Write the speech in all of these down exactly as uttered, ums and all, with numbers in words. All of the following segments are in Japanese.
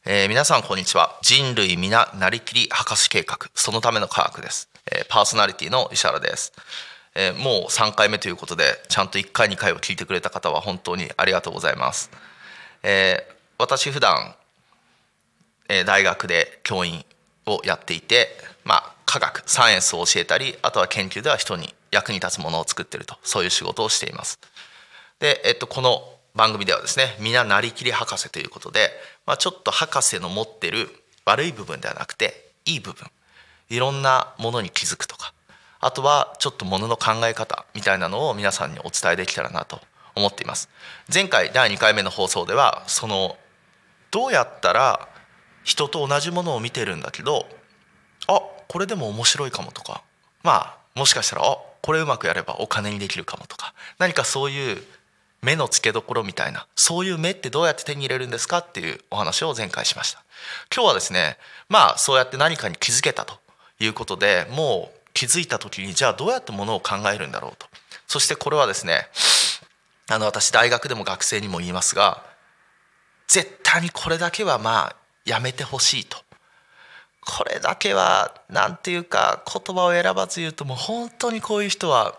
えー、皆さんこんにちは。人類皆なりきり博士計画、そのための科学です。えー、パーソナリティの石原です。えー、もうさんかいめということで、ちゃんといっかいにかいを聞いてくれた方は本当にありがとうございます。えー、私普段、えー、大学で教員をやっていて、まあ、科学サイエンスを教えたり、あとは研究では人に役に立つものを作っていると、そういう仕事をしています。で、えっと、この番組ではですね、皆なりきり博士ということで、まあ、ちょっと博士の持ってる悪い部分ではなくていい部分、いろんなものに気づくとか、あとはちょっとものの考え方みたいなのを皆さんにお伝えできたらなと思っています。前回だいにかいめの放送では、そのどうやったら人と同じものを見てるんだけど、あ、これでも面白いかもとか、まあもしかしたらあこれうまくやればお金にできるかもとか、何かそういう目の付けどころみたいな、そういう目ってどうやって手に入れるんですかっていうお話を前回しました。今日はですね、まあそうやって何かに気づけたということで、もう気づいた時にじゃあどうやってものを考えるんだろうと。そしてこれはですね、あの私大学でも学生にも言いますが、絶対にこれだけはまあやめてほしいと。これだけはなんていうか、言葉を選ばず言うと、もう本当にこういう人は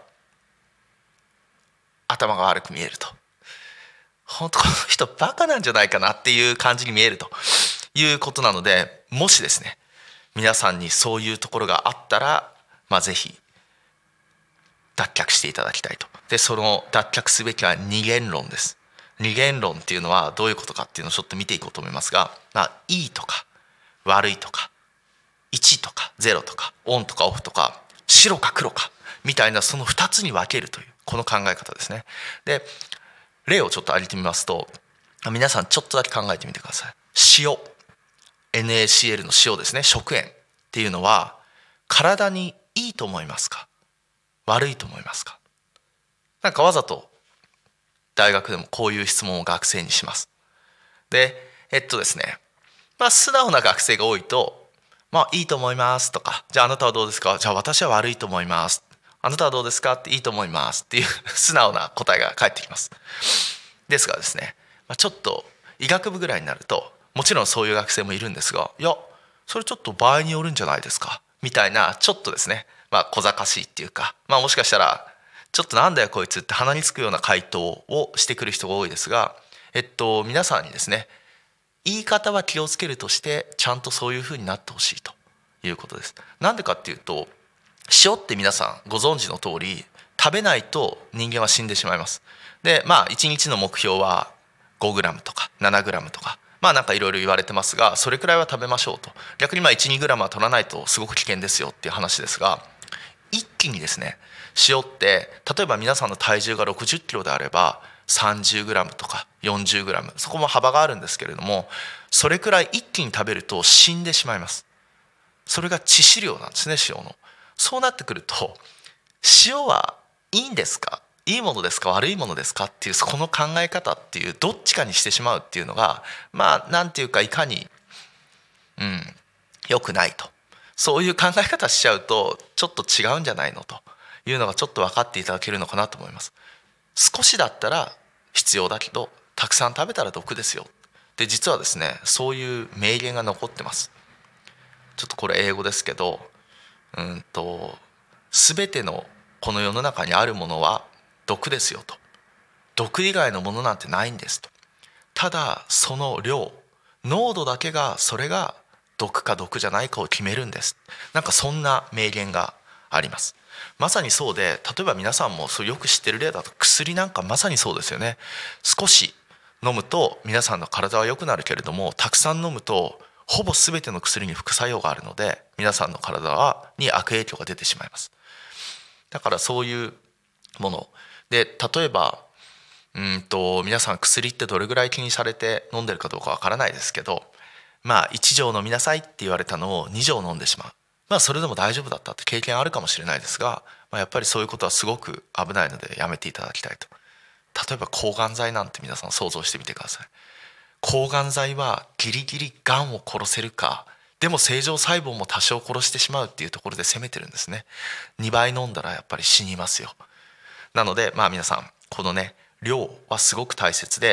頭が悪く見えると、本当この人バカなんじゃないかなっていう感じに見えるということなので、もしですね皆さんにそういうところがあったら、まあ、ぜひ脱却していただきたいと。でその脱却すべきは二元論です。二元論っていうのはどういうことかっていうのをちょっと見ていこうと思いますが、まあ、いいとか悪いとかいちとかゼロとかオンとかオフとか白か黒かみたいな、そのふたつに分けるというこの考え方ですね。で例をちょっと挙げてみますと、皆さんちょっとだけ考えてみてください。塩 エヌエーシーエル の塩ですね、食塩っていうのは体にいいと思いますか、悪いと思いますか。なんかわざと大学でもこういう質問を学生にします。でえっとですねまあ素直な学生が多いと、まあいいと思いますとか、じゃああなたはどうですか、じゃあ私は悪いと思います、あなたはどうですかって、いいと思いますっていう素直な答えが返ってきます。ですがですね、ちょっと医学部ぐらいになると、もちろんそういう学生もいるんですが、いやそれちょっと場合によるんじゃないですかみたいな、ちょっとですね、まあ小賢しいっていうか、まあもしかしたらちょっとなんだよこいつって鼻につくような回答をしてくる人が多いですが、えっと皆さんにですね、言い方は気をつけるとして、ちゃんとそういうふうになってほしいということです。なんでかっていうと、塩って皆さんご存知の通り、食べないと人間は死んでしまいます。でまあいちにちの目標はごグラムとかななグラムとか、まあなんかいろいろ言われてますが、それくらいは食べましょうと。逆にまあいちにグラムは取らないとすごく危険ですよっていう話ですが、一気にですね、塩って例えば皆さんの体重がろくじゅっキロであればさんじゅうグラムとかよんじゅうグラム、そこも幅があるんですけれども、それくらい一気に食べると死んでしまいます。それが致死量なんですね、塩の。そうなってくると、塩はいいんですか、いいものですか、悪いものですかっていう、この考え方っていう、どっちかにしてしまうっていうのが、まあなんていうか、いかにうん良くないと、そういう考え方しちゃうとちょっと違うんじゃないのというのがちょっと分かっていただけるのかなと思います。少しだったら必要だけど、たくさん食べたら毒ですよ。で実はですね、そういう名言が残ってます。ちょっとこれ英語ですけど、うんと全てのこの世の中にあるものは毒ですよと。毒以外のものなんてないんですと。ただその量、濃度だけが、それが毒か毒じゃないかを決めるんです。なんかそんな名言があります。まさにそうで、例えば皆さんもそうよく知ってる例だと、薬なんかまさにそうですよね。少し飲むと皆さんの体は良くなるけれども、たくさん飲むとほぼ全ての薬に副作用があるので、皆さんの体はに悪影響が出てしまいます。だからそういうもので、例えばうんと皆さん薬ってどれぐらい気にされて飲んでるかどうかわからないですけど、まあいち錠飲みなさいって言われたのをに錠飲んでしまう、まあそれでも大丈夫だったって経験あるかもしれないですが、まあ、やっぱりそういうことはすごく危ないのでやめていただきたいと。例えば抗がん剤なんて皆さん想像してみてください。抗がん剤はギリギリがんを殺せるか、でも正常細胞も多少殺してしまうっていうところで攻めてるんですね。にばい飲んだらやっぱり死にますよ。なのでまあ皆さん、このね量はすごく大切で、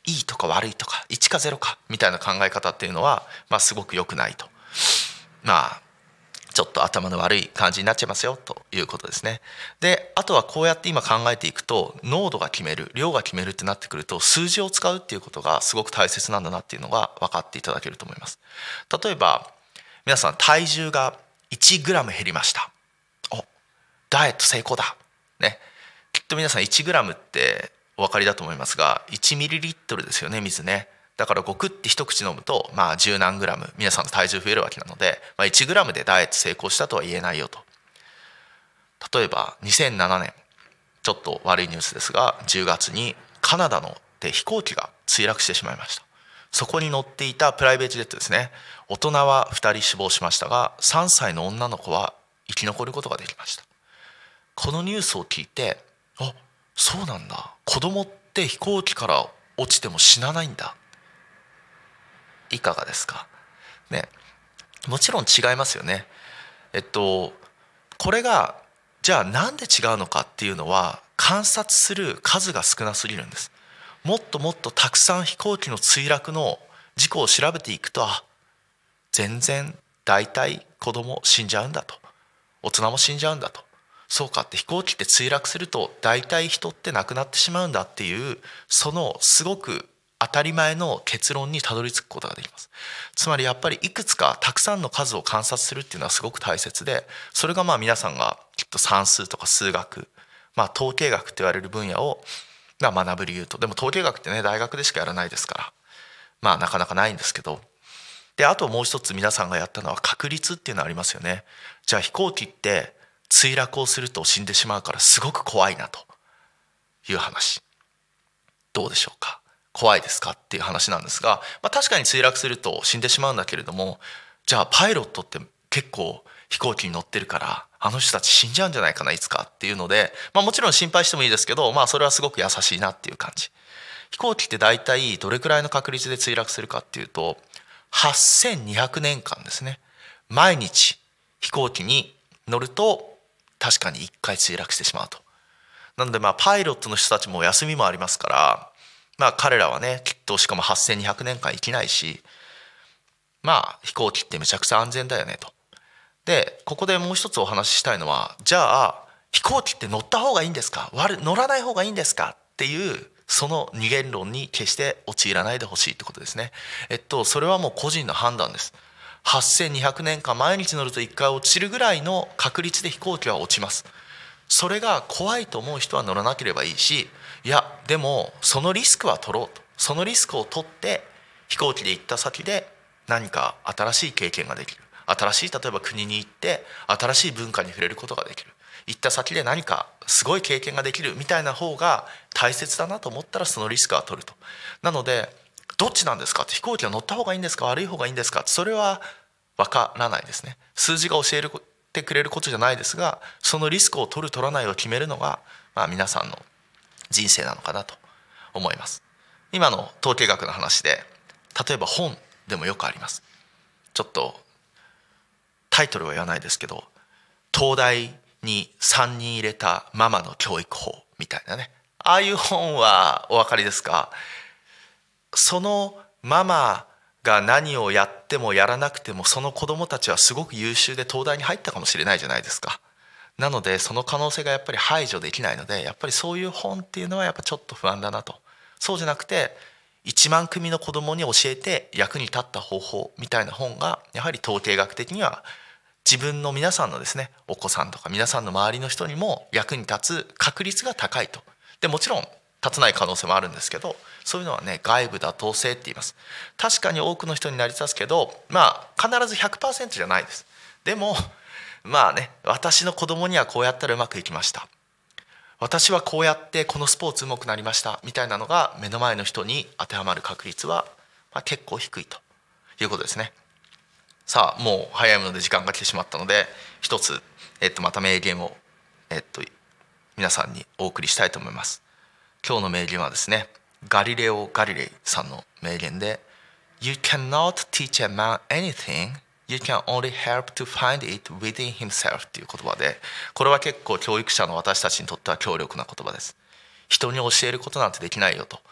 いいとか悪いとかいちかゼロかみたいな考え方っていうのは、まあ、すごく良くないと、まあちょっと頭の悪い感じになっちゃいますよということですね。であとはこうやって今考えていくと、濃度が決める、量が決めるってなってくると、数字を使うっていうことがすごく大切なんだなっていうのが分かっていただけると思います。例えば皆さん体重がいちグラム減りました。お、ダイエット成功だね。きっと皆さんいちグラムってお分かりだと思いますが、いちミリリットルですよね、水ね。だからごくって一口飲むとまあ十何グラム皆さんの体重増えるわけなので、まあ、いちグラムでダイエット成功したとは言えないよと。例えばにせんななねん、ちょっと悪いニュースですが、じゅうがつにカナダので飛行機が墜落してしまいました。そこに乗っていたプライベートジェットですね、大人はふたり死亡しましたが、さんさいの女の子は生き残ることができました。このニュースを聞いて、あ、そうなんだ、子供って飛行機から落ちても死なないんだ、いかがですかね。もちろん違いますよね。えっとこれがじゃあなんで違うのかっていうのは、観察する数が少なすぎるんです。もっともっとたくさん飛行機の墜落の事故を調べていくと、あ、全然大体子供死んじゃうんだと、大人も死んじゃうんだと、そうかって、飛行機って墜落すると大体人って亡くなってしまうんだっていう、そのすごく当たり前の結論にたどり着くことができます。つまりやっぱりいくつかたくさんの数を観察するっていうのはすごく大切で、それがまあ皆さんがきっと算数とか数学、まあ統計学って言われる分野をまあ学ぶ理由と。でも統計学ってね、大学でしかやらないですから、まあなかなかないんですけど。であともう一つ皆さんがやったのは確率っていうのありますよね。じゃあ飛行機って墜落をすると死んでしまうからすごく怖いなという話、どうでしょうか。怖いですかっていう話なんですが、まあ、確かに墜落すると死んでしまうんだけれども、じゃあパイロットって結構飛行機に乗ってるからあの人たち死んじゃうんじゃないかないつかっていうので、まあ、もちろん心配してもいいですけど、まあそれはすごく優しいなっていう感じ。飛行機って大体どれくらいの確率で墜落するかっていうと、はっせんにひゃくねんかんですね、毎日飛行機に乗ると確かにいっかい墜落してしまうと。なのでまあパイロットの人たちも休みもありますから、まあ彼らはねきっとしかもはっせんにひゃくねんかん生きないし、まあ飛行機ってめちゃくちゃ安全だよねと。でここでもう一つお話ししたいのは、じゃあ飛行機って乗った方がいいんですか、乗らない方がいいんですかっていうその二元論に決して陥らないでほしいってことですね。えっとそれはもう個人の判断です。はっせんにひゃくねんかん毎日乗るといっかい落ちるぐらいの確率で飛行機は落ちます。それが怖いと思う人は乗らなければいいし、いやでもそのリスクは取ろうと、そのリスクを取って飛行機で行った先で何か新しい経験ができる、新しい例えば国に行って新しい文化に触れることができる、行った先で何かすごい経験ができるみたいな方が大切だなと思ったらそのリスクは取ると。なのでどっちなんですかって、飛行機は乗った方がいいんですか悪い方がいいんですかって、それは分からないですね。数字が教えてくれることじゃないですが、そのリスクを取る取らないを決めるのが、まあ、皆さんの人生なのかなと思います。今の統計学の話で例えば本でもよくあります。ちょっとタイトルは言わないですけど、東大にさんにん入れたママの教育法みたいなね、ああいう本はお分かりですか。そのママが何をやってもやらなくてもその子どもたちはすごく優秀で東大に入ったかもしれないじゃないですか。なのでその可能性がやっぱり排除できないので、やっぱりそういう本っていうのはやっぱちょっと不安だなと。そうじゃなくていちまん組の子どもに教えて役に立った方法みたいな本がやはり統計学的には自分の皆さんのですね、お子さんとか皆さんの周りの人にも役に立つ確率が高いと。でもちろん立たない可能性もあるんですけど、そういうのはね外部妥当性って言います。確かに多くの人になり立つけど、まあ必ず ひゃくパーセント じゃないです。でもまあね、私の子供にはこうやったらうまくいきました、私はこうやってこのスポーツうまくなりましたみたいなのが目の前の人に当てはまる確率は、まあ、結構低いということですね。さあもう早いもので時間が来てしまったので、一つ、えっと、また名言を、えっと、皆さんにお送りしたいと思います。今日の名言はですね、ガリレオ・ガリレイさんの名言で You cannot teach a man anything, you can only help to find it within himself という言葉で、これは結構教育者の私たちにとっては強力な言葉です。人に教えることなんてできないよと、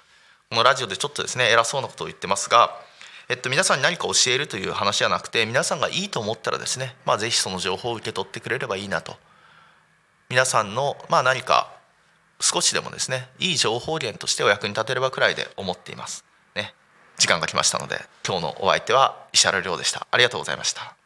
このラジオでちょっとですね偉そうなことを言ってますが、えっと、皆さんに何か教えるという話じゃなくて、皆さんがいいと思ったらですね、まあ、ぜひその情報を受け取ってくれればいいなと。皆さんの、まあ、何か少しでもですねいい情報源としてお役に立てればくらいで思っていますね。時間が来ましたので、今日のお相手は石原亮でした。ありがとうございました。